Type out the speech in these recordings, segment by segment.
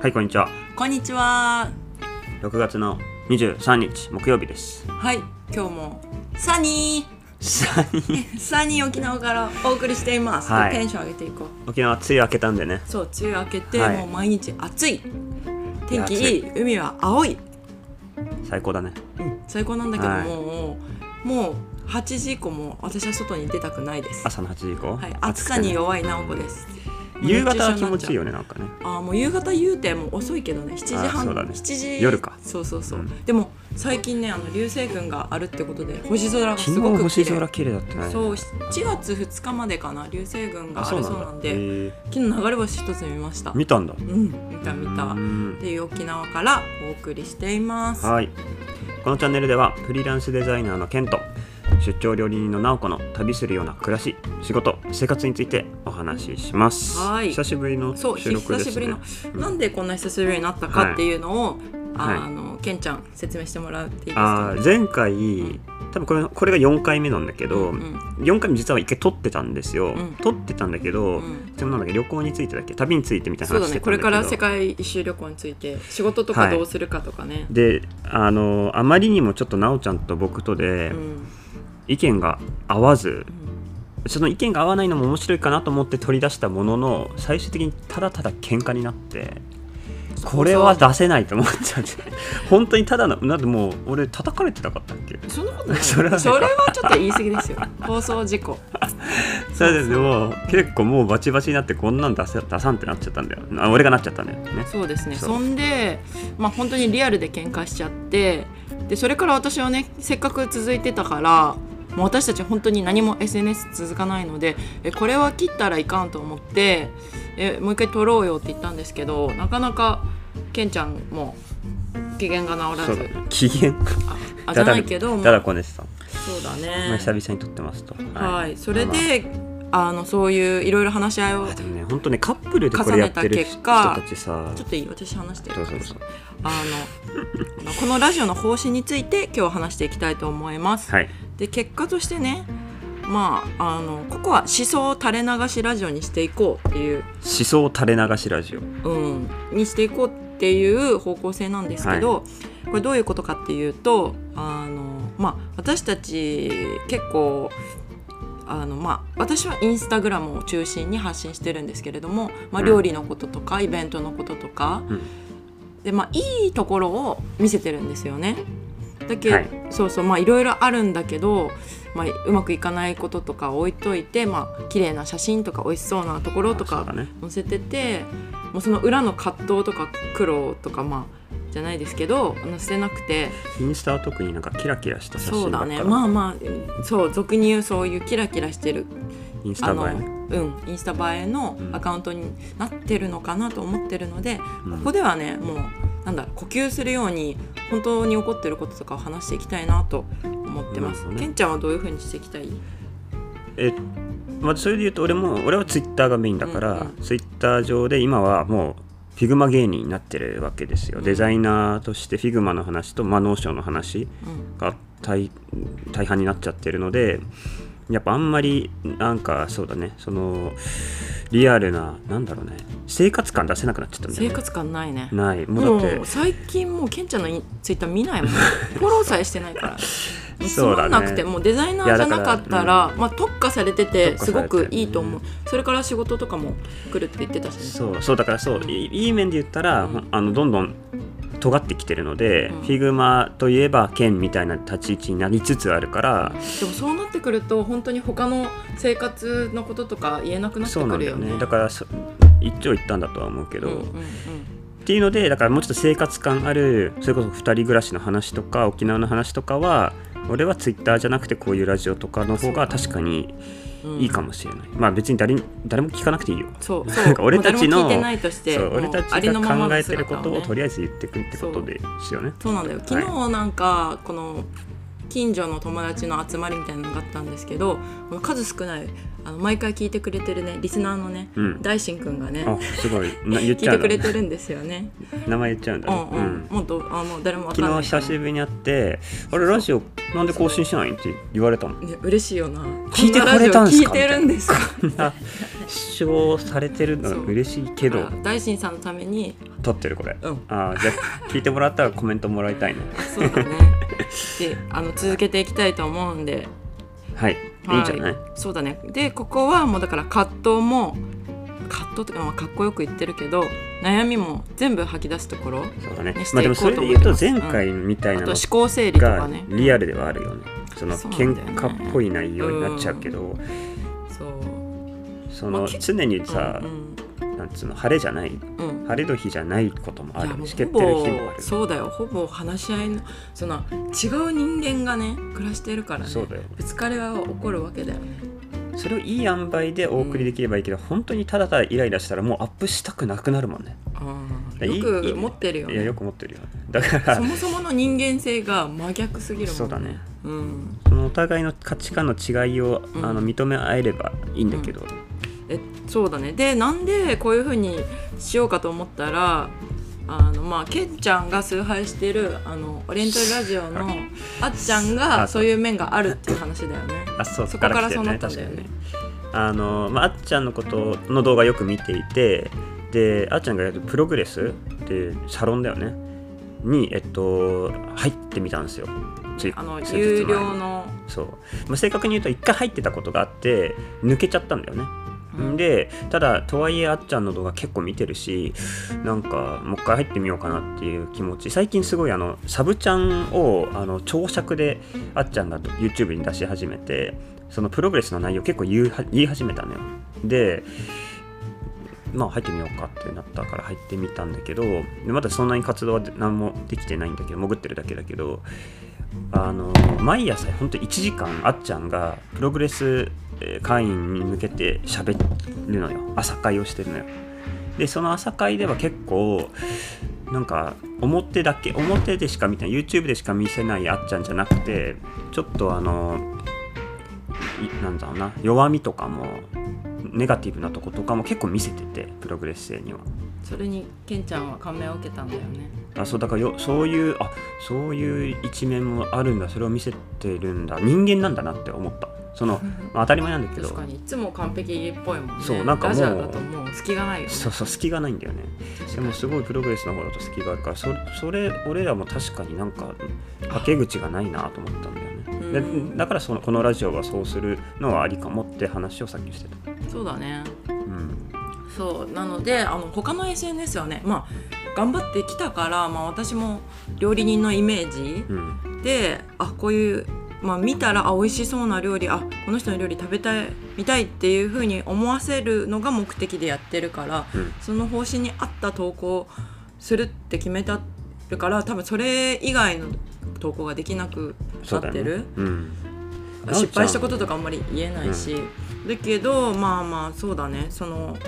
はい、こんにちは。 こんにちは。 6月の23日木曜日です。 はい、今日もサニー沖縄からお送りしています、はい、テンション上げていこう。 沖縄梅雨明けたんでね。 そう、梅雨明けて、もう毎日暑い、天気いい、海は青い、 最高だね。 最高なんだけど、もう8時以降も私は外に出たくないです。 朝の8時以降、 はい、暑さに弱い直子です。 夕方は気持ちいいよね、なんかね。 もう夕方言うてもう遅いけどね、7時半、7時夜か。 そう、でも最近ね、流星群があるってことで星空がすごく星空綺麗だったね。 そう、7月2日までかな、流星群があるそうなんで、昨日流れ星一つ見ました。 見たんだ。 見たっていう沖縄からお送りしています。 はい、このチャンネルではフリーランスデザイナーのケンと出張料理人の直子の旅するような暮らし、仕事、生活についてお話しします。 はい、 久しぶりの収録ですね。 久しぶりの、なんでこんな久しぶりになったかっていうのを、ケンちゃん説明してもらっていいですか、ね。 前回、多分これが4回目なんだけど、4回目実は1回撮ってたんですよ。撮ってたんだけど、でもなんだっけ、旅行についてだっけ、旅についてみたいな話してたんだけど、 これから世界一周旅行について、仕事とかどうするかとかね。 で、あまりにもちょっとなおちゃんと僕とで、意見が合わず、その意見が合わないのも面白いかなと思って取り出したものの、最終的にただただ喧嘩になって、これは出せないと思っちゃって本当にただの、なんでもう俺叩かれてなかったっけ。 そんなことない。それはちょっと言い過ぎですよ放送事故それでも結構もうバチバチになって、こんなん出さんってなっちゃったんだよ。俺がなっちゃったんだよね。 そうですね。そんで、本当にリアルで喧嘩しちゃって、でそれから私はね、せっかく続いてたから、もう私たち本当に何も SNS 続かないので、これは切ったらいかんと思って、もう一回撮ろうよって言ったんですけど、なかなかケンちゃんも機嫌が治らず。 機嫌じゃないけど、 ただこねてた。 そうだね、 久々に撮ってますと。 はい、それで、そういういろいいろ話し合いをでもね、本当ね、カップルでこれやってる人たちさ、 ちょっといい、私話してる。 そうこのラジオの方針について今日話していきたいと思います。で、結果としてね、ここは思想垂れ流しラジオにしていこうっていう、 思想垂れ流しラジオ、にしていこうっていう方向性なんですけど、これどういうことかっていうと、私たち結構私はインスタグラムを中心に発信してるんですけれども、料理のこととかイベントのこととか、でいいところを見せてるんですよね。だけど、いろいろあるんだけど、うまくいかないこととか置いといて、綺麗な写真とか美味しそうなところとか載せてて、もうその裏の葛藤とか苦労とかじゃないですけど載せなくて、 インスタは特になんかキラキラした写真ばっかり。 そうだね、そう俗に言うそういうキラキラしてるインスタ映え、 インスタ映えのアカウントになってるのかなと思ってるので、ここではね、もう呼吸するように本当に起こってることとかを話していきたいなと思ってます。ケンちゃんはどういう風にしていきたい？ それで言うと、俺はツイッターがメインだから、ツイッター上で今はもうフィグマ芸人になってるわけですよ。デザイナーとしてフィグマの話とノーションの話が大半になっちゃってるので、やっぱあんまりそうだね、そのリアルな、生活感出せなくなっちゃったんだよね。 生活感ないね。 もうだって最近もうケンちゃんのツイッター見ないもんフォローさえしてないからつまんなくて、もうデザイナーじゃなかったら、特化されててすごくいいと思う。それから仕事とかも来るって言ってたしね。 そうだから、いい面で言ったら、どんどん尖ってきてるので、フィグマといえばケンみたいな立ち位置になりつつあるから。 でもそうなってくると本当に他の生活のこととか言えなくなってくるよね。そうなんだよね。 だから一長一短だとは思うけど、っていうので、だからもうちょっと生活感ある、それこそ2人暮らしの話とか沖縄の話とかは、俺はツイッターじゃなくてこういうラジオとかの方が確かにいいかもしれない。別に誰も聞かなくていいよ。俺たちの、俺たちが考えてることをとりあえず言ってくってことですよね。 そうなんだよ。昨日この近所の友達の集まりみたいなのがあったんですけど、数少ない毎回聞いてくれてるね、リスナーのね、大進くんがね、 すごい聞いてくれてるんですよね。 名前言っちゃうんだね。 もう誰も分かんない。 昨日久しぶりに会って、あれラジオなんで更新しないって言われたもん。 嬉しいよな。 聞いてくれたんですか？ 聞いてるんですか？ 視聴されてるのが嬉しいけど、 大進さんのために撮ってるこれ、 うん、 じゃあ聞いてもらったらコメントもらいたいねそうだねで続けていきたいと思うんで、 はい、いいんじゃない？ そうだね。でここはもうだから葛藤とか、かっこよく言ってるけど悩みも全部吐き出すところ、 そうだね。でもそれで言うと前回みたいなのあと思考整理とかね、 リアルではあるよね。その喧嘩っぽい内容になっちゃうけど、その常にさ、なんつうの晴れじゃない、晴れの日じゃないこともあるしけってる日もある。 そうだよ、ほぼ話し合いのその違う人間がね暮らしてるからね、 そうだよ、 ぶつかりは起こるわけだよね。 それをいい塩梅でお送りできればいいけど、本当にただただイライラしたらもうアップしたくなくなるもんね。 よく持ってるよね。 いやよく持ってるよね。だからそもそもの人間性が真逆すぎるもんね。 そうだね、そのお互いの価値観の違いを、認め合えればいいんだけど、 そうだね。でなんでこういう風にしようかと思ったら、ケンちゃんが崇拝してるオリエンタルラジオのあっちゃんがそういう面があるっていう話だよね。そこからそうなったんだよね。 あっちゃんのことの動画よく見ていて、であっちゃんがやるプログレスっていうサロンだよねに、入ってみたんですよ。 有料のそう、正確に言うと1回入ってたことがあって抜けちゃったんだよね。でただとはいえあっちゃんの動画結構見てるし、なんかもう一回入ってみようかなっていう気持ち、最近すごいサブチャンを長尺であっちゃんが YouTube に出し始めて、そのプログレスの内容結構言い始めたのよ。で入ってみようかってなったから入ってみたんだけど、まだそんなに活動は何もできてないんだけど、潜ってるだけだけど、毎朝ほんと1時間あっちゃんがプログレス会員に向けて喋るのよ。朝会をしてるのよ。でその朝会では結構なんか表でしか見てない YouTube でしか見せないあっちゃんじゃなくて、ちょっとなんだろうな、弱みとかもネガティブなとことかも結構見せてて、プログレス性には。 それにケンちゃんは感銘を受けたんだよね。 そうだからそういう一面もあるんだ、それを見せてるんだ、人間なんだなって思った。当たり前なんだけど、 確かにいつも完璧っぽいもんね。 そうなんかもうラジャーだともう隙がないよね。 そう隙がないんだよね。でもすごいプログレスの方だと隙があるから、それ俺らも確かになんかはけ口がないなと思ったんだよね。だからこのラジオはそうするのはありかもって話をさっきしてた。 そうだね。そうなので他の SNS はね、頑張ってきたから、私も料理人のイメージ、でこういう見たら美味しそうな料理、この人の料理食べたい見たいっていう風に思わせるのが目的でやってるから、その方針に合った投稿するって決めたるから、多分それ以外の投稿ができなくなってる、失敗したこととかあんまり言えないし、だけどそうだね、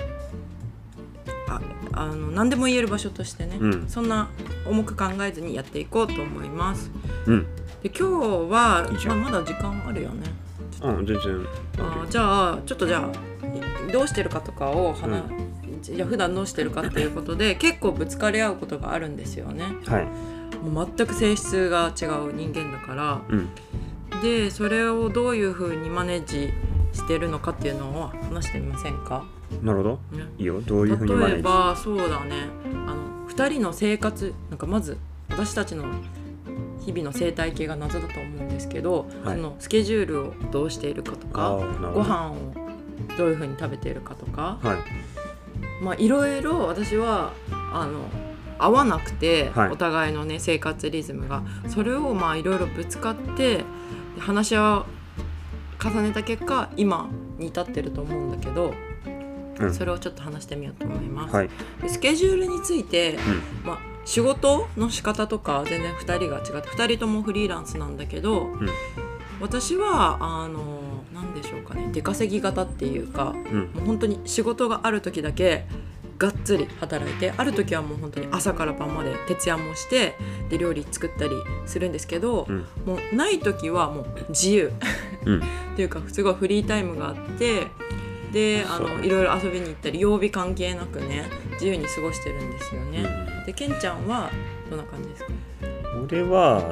何でも言える場所としてね、そんな重く考えずにやっていこうと思います。で今日はまだ時間あるよね。 全然。 じゃあどうしてるかとかを普段どうしてるかっていうことで結構ぶつかり合うことがあるんですよね。もう全く性質が違う人間だから、でそれをどういうふうにマネージしてるのかっていうのを話してみませんか？ なるほど、いいよ。どういうふうにマネージ？ 例えばそうだね、2人の生活、なんかまず私たちの日々の生態系が謎だと思うんですけど、そのスケジュールをどうしているかとか、ご飯をどういうふうに食べているかとか、いろいろ私は合わなくて、お互いのね生活リズムが、それをいろいろぶつかって話し合いを重ねた結果今に至ってると思うんだけど、それをちょっと話してみようと思います。でスケジュールについて、仕事の仕方とか全然2人が違って、2人ともフリーランスなんだけど、私は何でしょうかね、出稼ぎ型っていうか、もう本当に仕事がある時だけがっつり働いて、ある時はもう本当に朝から晩まで徹夜もしてで料理作ったりするんですけど、もうない時はもう自由っていうかすごいフリータイムがあって、でいろいろ遊びに行ったり曜日関係なくね自由に過ごしてるんですよね。でケンちゃんはどんな感じですか？ 俺は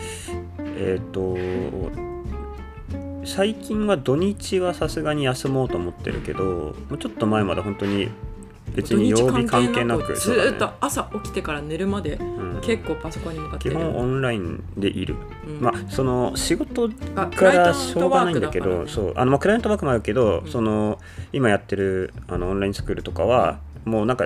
最近は土日はさすがに休もうと思ってるけど、ちょっと前まで本当に別に曜日関係なくずーっと朝起きてから寝るまで結構パソコンに向かってる、 基本オンラインでいる、まあその仕事かクライアンらしょうがないんだけど、 ね、 そうまあクライアントワークもあるけど、その今やってるオンラインスクールとかはもうなんか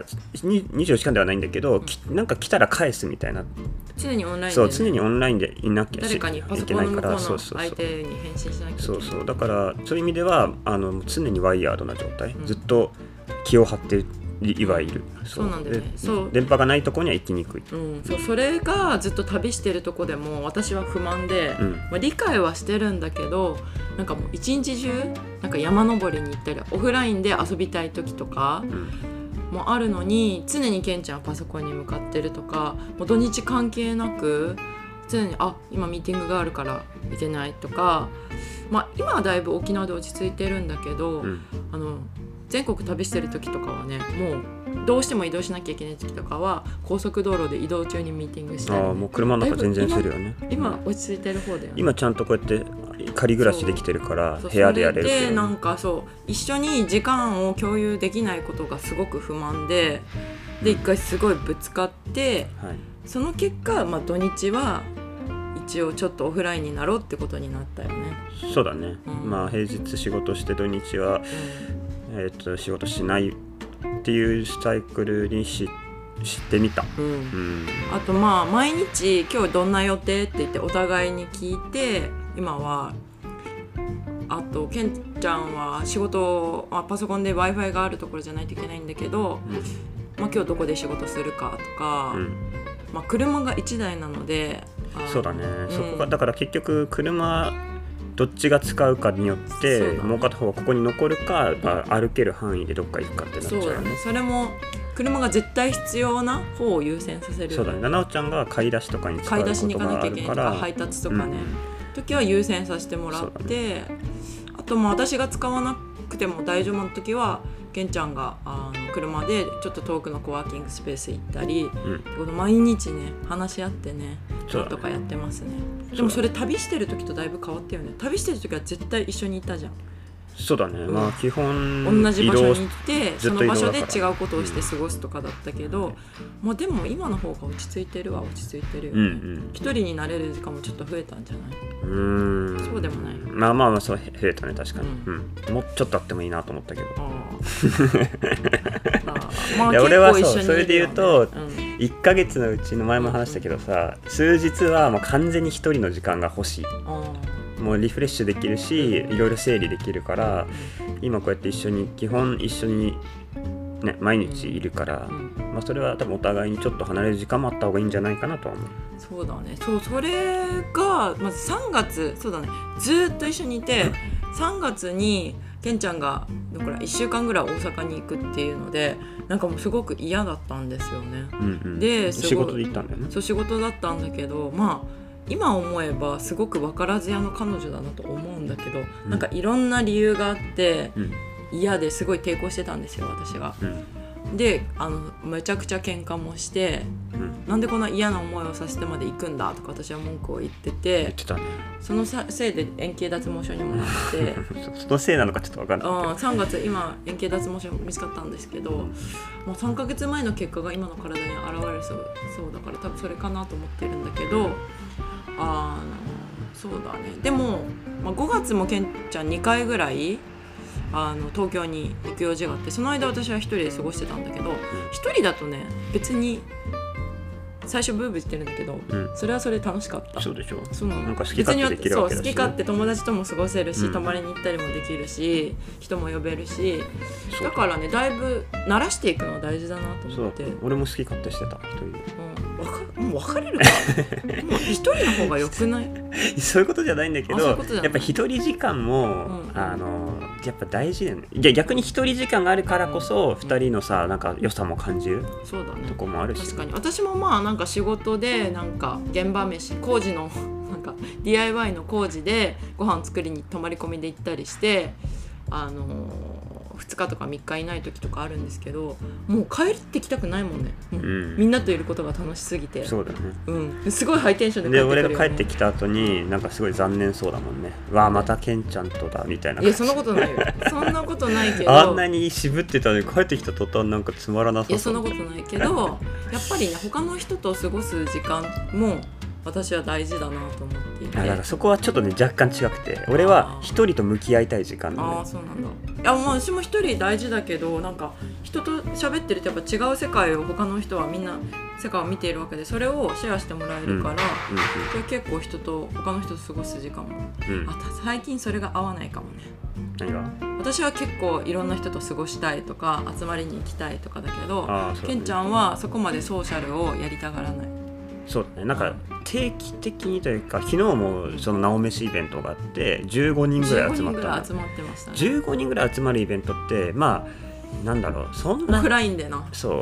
24時間ではないんだけど、なんか来たら返すみたいな、 常にオンラインで、ね、 そう常にオンラインでいなきゃ誰かにパソコンの向こうの相手に返信しなきゃいけない。 そうそう、だからそういう意味では常にワイヤードな状態、ずっと気を張っていわゆる、 そうなんだよね。そう電波がないところには行きにくい、 それがずっと旅してるとこでも私は不満で、まあ、理解はしてるんだけど、なんかもう一日中なんか山登りに行ったりオフラインで遊びたい時とかもあるのに、常にケンちゃんはパソコンに向かってるとか、もう土日関係なく常に今ミーティングがあるから行けないとか、まあ、今はだいぶ沖縄で落ち着いてるんだけど、全国旅してる時とかはね、もうどうしても移動しなきゃいけない時とかは高速道路で移動中にミーティングしたり、 もう車の中全然するよね。 今落ち着いてる方だよね。 今ちゃんとこうやって仮暮らしできてるから部屋でやれるけど、 それでなんかそう一緒に時間を共有できないことがすごく不満で一回すごいぶつかって、その結果、まあ、土日は一応ちょっとオフラインになろうってことになったよね。 そうだね、まあ平日仕事して土日は、仕事しないっていうサイクルにしてみた、 あとまあ毎日今日どんな予定って言ってお互いに聞いて、今はあとケンちゃんは仕事、パソコンで Wi-Fi があるところじゃないといけないんだけど、まあ、今日どこで仕事するかとか、まあ、車が1台なので、 そうだね、そこがだから結局車どっちが使うかによって、もう片方はここに残るか、歩ける範囲でどっか行くかってなっちゃうよね。 そうだね、それも車が絶対必要な方を優先させるよね。 そうだね、七尾ちゃんが買い出しとかに使うことがあるから、 買い出しに行かなきゃいけないとか配達とかね、時は優先させてもらって、あとも私が使わなくても大丈夫な時はケンちゃんが車でちょっと遠くのコワーキングスペース行ったり、毎日ね話し合ってねなんとかやってますね。でもそれ旅してる時とだいぶ変わったよね。旅してる時は絶対一緒にいたじゃん。 そうだね、まあ基本同じ場所に行ってその場所で違うことをして過ごすとかだったけど、まあでも今の方が落ち着いてるよね。一人になれる時間もちょっと増えたんじゃない？そうでもない。 まあそう増えたね、確かに、もうちょっとあってもいいなと思ったけどいや俺はそれで言うと、1ヶ月のうちの前も話したけどさ、数日はもう完全に一人の時間が欲しい。もうリフレッシュできるし、いろいろ整理できるから、今こうやって基本一緒に、ね、毎日いるから、まあ、それは多分お互いにちょっと離れる時間もあった方がいいんじゃないかなとは思う。 そうだね、それがまず3月、そうだね、ずっと一緒にいて、3月にケンちゃんが1週間ぐらい大阪に行くっていうので、なんかもうすごく嫌だったんですよね。で仕事で行ったんだよね。 そう、仕事だったんだけど、まあ今思えばすごく分からず屋の彼女だなと思うんだけど、なんかいろんな理由があって、嫌ですごい抵抗してたんですよ私が。でめちゃくちゃ喧嘩もして、なんでこんな嫌な思いをさせてまで行くんだとか私は文句を言ってて、そのせいで円形脱毛症にもなってそのせいなのかちょっと分かんない 3月今円形脱毛症見つかったんですけど、もう3ヶ月前の結果が今の体に現れそうだから、多分それかなと思ってるんだけど、そうだね。でも、5月もケンちゃん2回ぐらい東京に行く用事があって、その間私は一人で過ごしてたんだけど、一人だとね別に最初ブーブー言ってるんだけど、それはそれ楽しかった。 そうでしょ。 そうなの。 なんか好き勝手できるわけだし、 好き勝手友達とも過ごせるし、泊まりに行ったりもできるし、人も呼べるし、だからねだいぶ慣らしていくのは大事だなと思って。 俺も好き勝手してた一人で。 もう別れるかもう一人の方が良くない？ そういうことじゃないんだけど、やっぱ一人時間も、やっぱ大事だよね。いや逆に一人時間があるからこそ二人のさ、なんか良さも感じるとこもあるし、 確かに私もなんか仕事でなんか現場飯工事のなんか DIY の工事でご飯作りに泊まり込みで行ったりして、2 2日とか3日いない時とかあるんですけど、もう帰ってきたくないもんね、 うんみんなといることが楽しすぎて。 そうだね。 すごいハイテンションで帰でってくるよ、ね、 俺が帰ってきた後になんかすごい残念そうだもんね。わあまたケンちゃんとだみたいな。 いやそんなことないよそんなことないけどあんなに渋ってたのに帰ってきた途端なんかつまらなさそう。 いやそんなことないけどやっぱりね他の人と過ごす時間も私は大事だなと思っていて、 だからそこはちょっとね若干違くて、俺は一人と向き合いたい時間なんだよ。 そうなんだ。いやもう私も一人大事だけど、なんか人と喋ってるとやっぱ違う世界を他の人はみんな世界を見ているわけで、それをシェアしてもらえるから、それ結構他の人と過ごす時間も、最近それが合わないかもね。 何が？ 私は結構いろんな人と過ごしたいとか集まりに行きたいとかだけど、ケンちゃんはそこまでソーシャルをやりたがらない。 そうだね。なんか定期的にというか、昨日もそのなおめしイベントがあって15人ぐらい集まった。 15人ぐらい集まってましたね。 15人ぐらい集まるイベントってまあなんだろう、そんな暗いんだよな。 そう、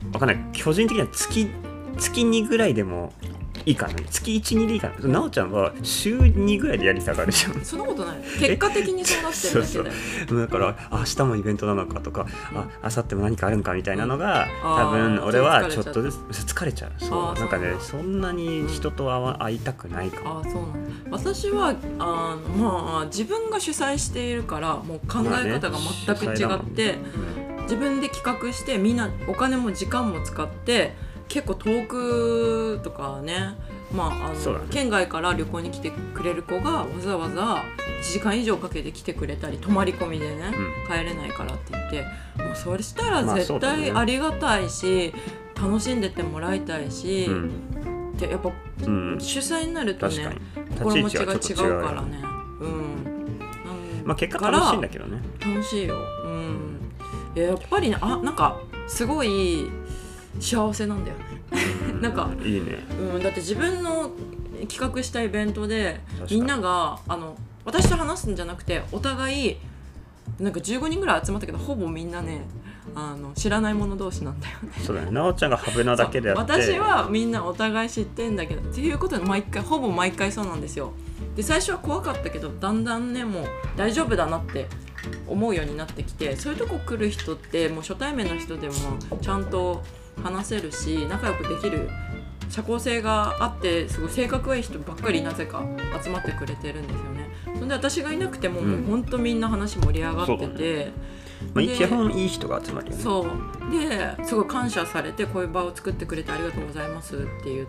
わかんない。個人的には月2ぐらいでもいいかな。月 1,2 でいいかな。なおちゃんは週2ぐらいでやりたがるじゃん。 そんなことない。結果的にそうなってるだけだよ。 そうだから明日もイベントなのかとか、明後日も何かあるんかみたいなのが、多分俺はちょっとずつ疲れちゃう。そうなんかね、そんなに人と会いたくないかも。 そうなんだ。私は自分が主催しているからもう考え方が全く違って、自分で企画してみんなお金も時間も使って結構遠くとかね、県外から旅行に来てくれる子がわざわざ1時間以上かけて来てくれたり、泊まり込みでね、帰れないからって言って、もうそれしたら絶対ありがたいし、楽しんでってもらいたいし、でやっぱ、主催になるとね心持ちが違うからね、 結果楽しいんだけどね。 楽しいよ。やっぱりね、なんかすごい幸せなんだよねなんかいいね、 だって自分の企画したイベントでみんなが私と話すんじゃなくて、お互いなんか15人ぐらい集まったけど、ほぼみんなね知らない者同士なんだよね。 そうだね。なおちゃんがハブなだけであって、 私はみんなお互い知ってんだけどっていうことでほぼ毎回そうなんですよ。で最初は怖かったけど、だんだんねもう大丈夫だなって思うようになってきて、そういうとこ来る人ってもう初対面の人でもちゃんと話せるし仲良くできる社交性があって、すごい性格がいい人ばっかりなぜか集まってくれてるんですよね。そんで私がいなくても、もうほんとみんな話盛り上がってて、 基本いい人が集まるよね。 そうですごい感謝されて、こういう場を作ってくれてありがとうございますって言って、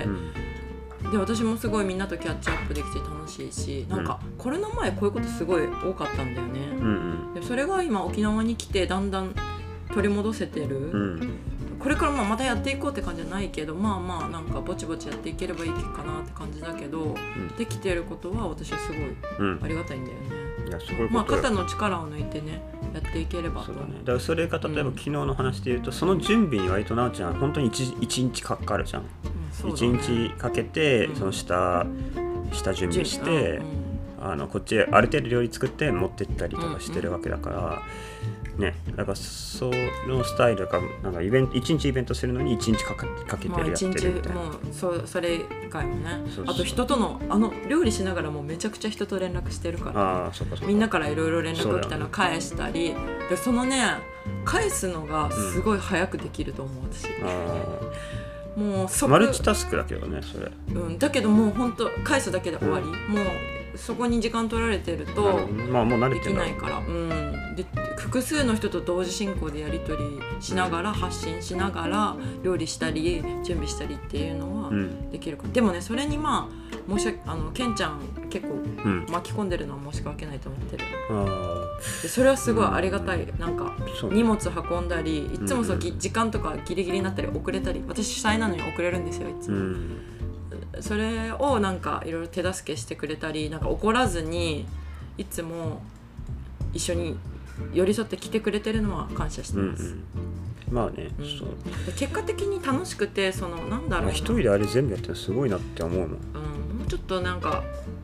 で私もすごいみんなとキャッチアップできて楽しいし、なんかコロナ前こういうことすごい多かったんだよね。でそれが今沖縄に来てだんだん取り戻せてる、これからまたやっていこうって感じじゃないけど、なんかぼちぼちやっていければいいかなって感じだけど、できてることは私はすごいありがたいんだよね。 いやすごいこと肩の力を抜いてねやっていければと。 そうだね。だからそれが例えば昨日の話で言うと、その準備に割となおちゃん本当に1日かかるじゃん。1日かけてその下準備して、こっちへある程度料理作って持ってったりとかしてるわけだからね。だからそのスタイルがなんか1日イベントするのに1日かけてやってるみたいな。 もうそれ以外もね、あと人との料理しながらもめちゃくちゃ人と連絡してるから、みんなからいろいろ連絡が来たの返したりで、そのね返すのがすごい早くできると思う私。もうマルチタスクだけどねそれ。 だけどもう本当返すだけで終わり。もうそこに時間取られてるともう慣れてできないから。で複数の人と同時進行でやり取りしながら、発信しながら料理したり準備したりっていうのはできるから、でもねそれにケンちゃん結構巻き込んでるのは申し訳ないと思ってる。でそれはすごいありがたい。なんか荷物運んだりいつも時間とかギリギリになったり遅れたり、私主催なのに遅れるんですよいつも。それをなんかいろいろ手助けしてくれたり、なんか怒らずにいつも一緒に寄り添って来てくれてるのは感謝してます。そう結果的に楽しくて、なんだろうな、 一人であれ全部やってるのすごいなって思うもん。 もうちょっとなんか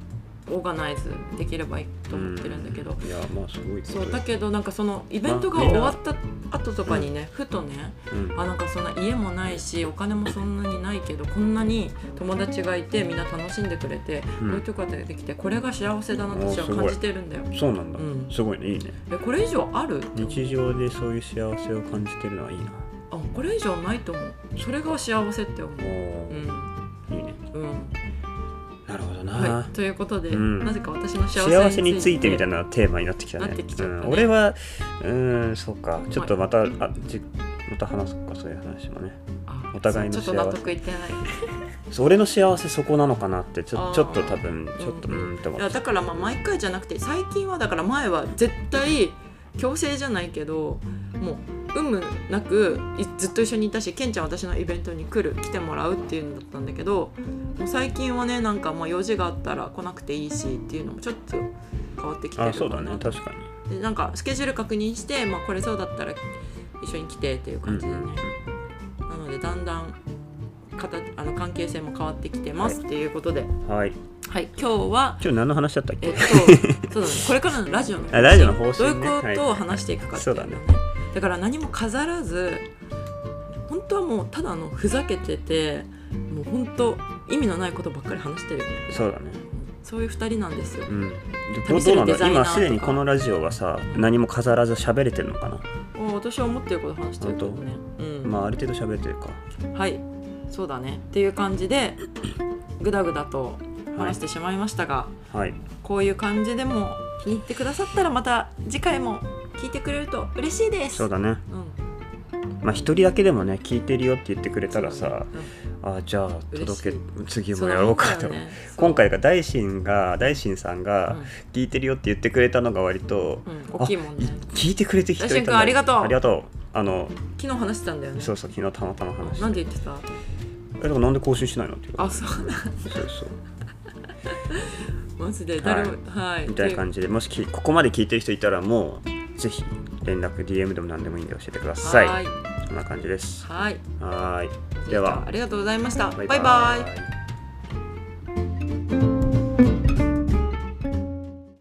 オーガナイズできればいいと思ってるんだけど、 いやまあすごいことそうだけどなんかそのイベントが終わった後とかにね、ふとね、なんかそんな家もないしお金もそんなにないけどこんなに友達がいてみんな楽しんでくれて、こういうとこができてこれが幸せだなって私は感じてるんだよ。 そうなんだ、すごいね、いいね。 これ以上ある？ 日常でそういう幸せを感じてるのはいいな。 これ以上ないと思う。それが幸せって思う。 いいね。なるほどな、 はい、ということで、なぜか私の幸せについてみたいなテーマになってきたね。俺はそうか、ちょっとまた話すか、そういう話もね。お互いの幸せ。 ちょっと納得いってない。 俺の幸せそこなのかなってちょっと多分ちょっとって思って。 だから毎回じゃなくて最近はだから前は絶対強制じゃないけどもう有無なくずっと一緒にいたし、ケンちゃん私のイベントに来てもらうっていうのだったんだけど、もう最近はねなんかもう用事があったら来なくていいしっていうのもちょっと変わってきてるかな。 そうだね、確かに。 でなんかスケジュール確認して、これそうだったら一緒に来てっていう感じでね、なのでだんだん関係性も変わってきてますっていうことで、はい、今日何の話だったっけ？そうだね、これからのラジオの方針、どういうことを話していくかっていうのね。だから何も飾らず、本当はもうただのふざけてて、もう本当意味のないことばっかり話してるよね。 そうだね。 そういう2人なんですよ。 どうなんだ今すでにこのラジオはさ、何も飾らず喋れてるのかな？私は思ってること話してるけどね。 ある程度喋れてるか。 はい、そうだねっていう感じでグダグダと話してしまいましたが、こういう感じでも気に入ってくださったらまた次回も聞いてくれると嬉しいです。 そうだね。一人だけでもね聞いてるよって言ってくれたらさ、じゃあ次もやろうかと。今回が大臣さんが聞いてるよって言ってくれたのが割と大きいもんね。 聞いてくれて人いたんだ。 大臣君ありがとう。 ありがとう。 昨日話してたんだよね。 そう昨日たまたま話して。 なんで言ってた？ でもなんで更新しないのって言う。 そうなんだ。 そうマジで誰もみたいな感じで、もしここまで聞いてる人いたらもうぜひ連絡 DM でも何でもいいんで教えてください。こんな感じです。 はい。 ではありがとうございました。バイバイ。